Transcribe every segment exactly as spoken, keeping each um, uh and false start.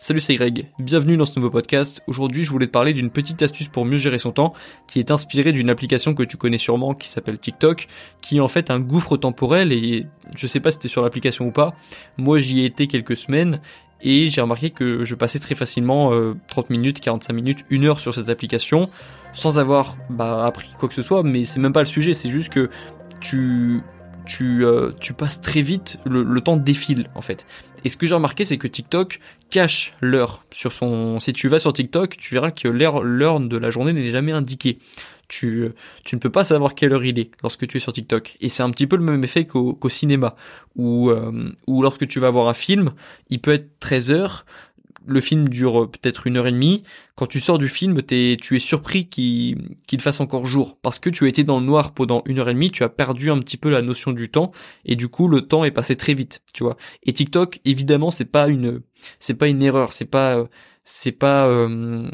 Salut, c'est Greg, bienvenue dans ce nouveau podcast. Aujourd'hui je voulais te parler d'une petite astuce pour mieux gérer son temps qui est inspirée d'une application que tu connais sûrement qui s'appelle TikTok, qui est en fait un gouffre temporel et je sais pas si t'es sur l'application ou pas, moi j'y ai été quelques semaines et j'ai remarqué que je passais très facilement euh, trente minutes, quarante-cinq minutes, une heure sur cette application sans avoir bah, appris quoi que ce soit, mais c'est même pas le sujet, c'est juste que tu... Tu, euh, tu passes très vite, le, le temps défile en fait. Et ce que j'ai remarqué, c'est que TikTok cache l'heure sur son. Si tu vas sur TikTok, tu verras que l'heure, l'heure de la journée n'est jamais indiquée. Tu, tu ne peux pas savoir quelle heure il est lorsque tu es sur TikTok. Et c'est un petit peu le même effet qu'au, qu'au cinéma, où, euh, où lorsque tu vas voir un film, il peut être treize heures. Le film dure peut-être une heure et demie. Quand tu sors du film, t'es, tu es surpris qu'il, qu'il fasse encore jour. Parce que tu as été dans le noir pendant une heure et demie, tu as perdu un petit peu la notion du temps. Et du coup, le temps est passé très vite, tu vois. Et TikTok, évidemment, c'est pas une, c'est pas une erreur. C'est pas, c'est pas, euh,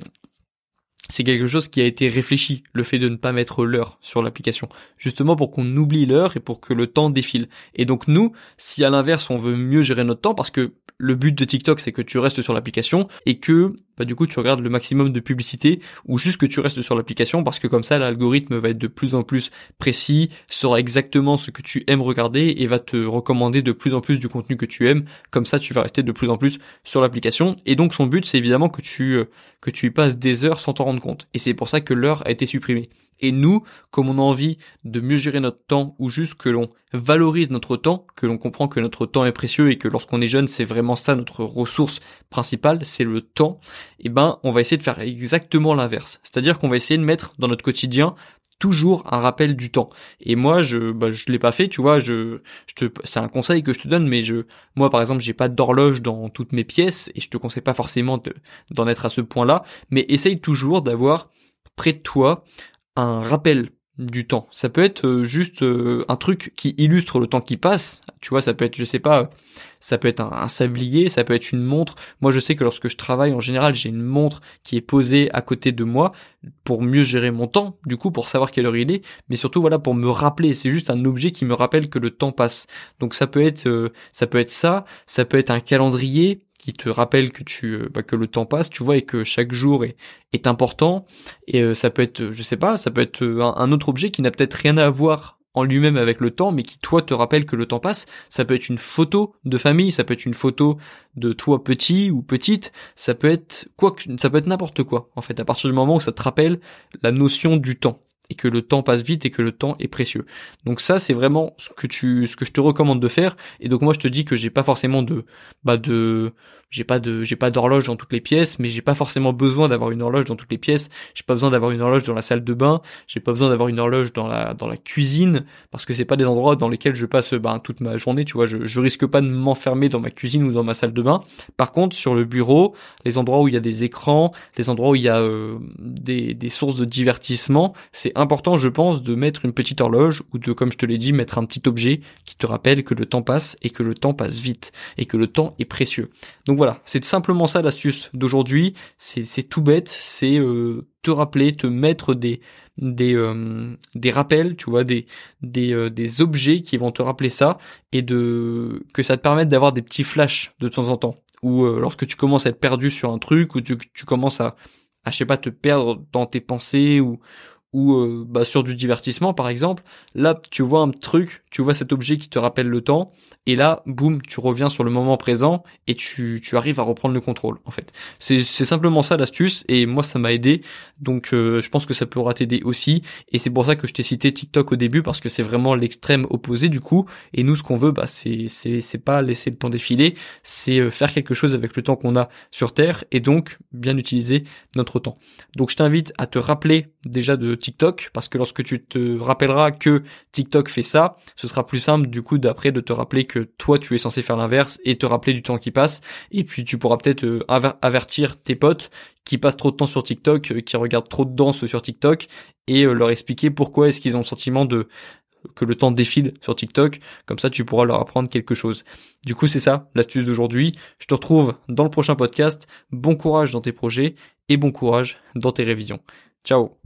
c'est quelque chose qui a été réfléchi, le fait de ne pas mettre l'heure sur l'application. Justement pour qu'on oublie l'heure et pour que le temps défile. Et donc nous, si à l'inverse on veut mieux gérer notre temps, parce que le but de TikTok c'est que tu restes sur l'application et que bah du coup tu regardes le maximum de publicité ou juste que tu restes sur l'application parce que comme ça l'algorithme va être de plus en plus précis, saura exactement ce que tu aimes regarder et va te recommander de plus en plus du contenu que tu aimes. Comme ça tu vas rester de plus en plus sur l'application et donc son but c'est évidemment que tu que tu y passes des heures sans t'en rendre compte. Et c'est pour ça que l'heure a été supprimée. Et nous, comme on a envie de mieux gérer notre temps ou juste que l'on valorise notre temps, que l'on comprend que notre temps est précieux et que lorsqu'on est jeune, c'est vraiment ça notre ressource principale, c'est le temps, eh ben, on va essayer de faire exactement l'inverse. C'est-à-dire qu'on va essayer de mettre dans notre quotidien toujours un rappel du temps. Et moi, je, bah, je l'ai pas fait, tu vois, je, je te, c'est un conseil que je te donne, mais je, moi, par exemple, j'ai pas d'horloge dans toutes mes pièces et je te conseille pas forcément de, d'en être à ce point-là, mais essaye toujours d'avoir près de toi un rappel du temps. Ça peut être euh, juste euh, un truc qui illustre le temps qui passe. Tu vois, ça peut être, je sais pas, ça peut être un, un sablier, ça peut être une montre. Moi, je sais que lorsque je travaille, en général, j'ai une montre qui est posée à côté de moi pour mieux gérer mon temps, du coup, pour savoir quelle heure il est, mais surtout, voilà, pour me rappeler. C'est juste un objet qui me rappelle que le temps passe. Donc, ça peut être, euh, ça peut être ça, ça peut être un calendrier qui te rappelle que tu bah, que le temps passe, tu vois, et que chaque jour est est important. Et euh, ça peut être, je sais pas, ça peut être un, un autre objet qui n'a peut-être rien à voir en lui-même avec le temps, mais qui toi te rappelle que le temps passe. Ça peut être une photo de famille, ça peut être une photo de toi petit ou petite, ça peut être quoi, que, ça peut être n'importe quoi. En fait, à partir du moment où ça te rappelle la notion du temps. Et que le temps passe vite et que le temps est précieux. Donc ça, c'est vraiment ce que tu, ce que je te recommande de faire. Et donc moi, je te dis que j'ai pas forcément de, bah de, j'ai pas de, j'ai pas d'horloge dans toutes les pièces, mais j'ai pas forcément besoin d'avoir une horloge dans toutes les pièces. J'ai pas besoin d'avoir une horloge dans la salle de bain. J'ai pas besoin d'avoir une horloge dans la, dans la cuisine, parce que c'est pas des endroits dans lesquels je passe, bah, toute ma journée. Tu vois, je, je risque pas de m'enfermer dans ma cuisine ou dans ma salle de bain. Par contre, sur le bureau, les endroits où il y a des écrans, les endroits où il y a euh, des, des sources de divertissement, c'est important, je pense, de mettre une petite horloge ou de, comme je te l'ai dit, mettre un petit objet qui te rappelle que le temps passe et que le temps passe vite et que le temps est précieux. Donc voilà, c'est simplement ça l'astuce d'aujourd'hui. C'est, c'est tout bête, c'est euh, te rappeler, te mettre des des euh, des rappels, tu vois, des des euh, des objets qui vont te rappeler ça et de que ça te permette d'avoir des petits flashs de temps en temps. Ou euh, lorsque tu commences à être perdu sur un truc ou tu tu commences à à je sais pas te perdre dans tes pensées ou ou euh, bah sur du divertissement par exemple, là tu vois un truc, tu vois cet objet qui te rappelle le temps et là boum, tu reviens sur le moment présent et tu tu arrives à reprendre le contrôle en fait. C'est c'est simplement ça l'astuce et moi ça m'a aidé. Donc euh, je pense que ça pourra t'aider aussi et c'est pour ça que je t'ai cité TikTok au début parce que c'est vraiment l'extrême opposé du coup et nous ce qu'on veut bah c'est c'est c'est pas laisser le temps défiler, c'est faire quelque chose avec le temps qu'on a sur terre et donc bien utiliser notre temps. Donc je t'invite à te rappeler déjà de TikTok parce que lorsque tu te rappelleras que TikTok fait ça, ce sera plus simple du coup d'après de te rappeler que toi tu es censé faire l'inverse et te rappeler du temps qui passe et puis tu pourras peut-être euh, avertir tes potes qui passent trop de temps sur TikTok, euh, qui regardent trop de danse sur TikTok et euh, leur expliquer pourquoi est-ce qu'ils ont le sentiment de que le temps défile sur TikTok, comme ça tu pourras leur apprendre quelque chose. Du coup c'est ça l'astuce d'aujourd'hui, je te retrouve dans le prochain podcast, bon courage dans tes projets et bon courage dans tes révisions. Ciao.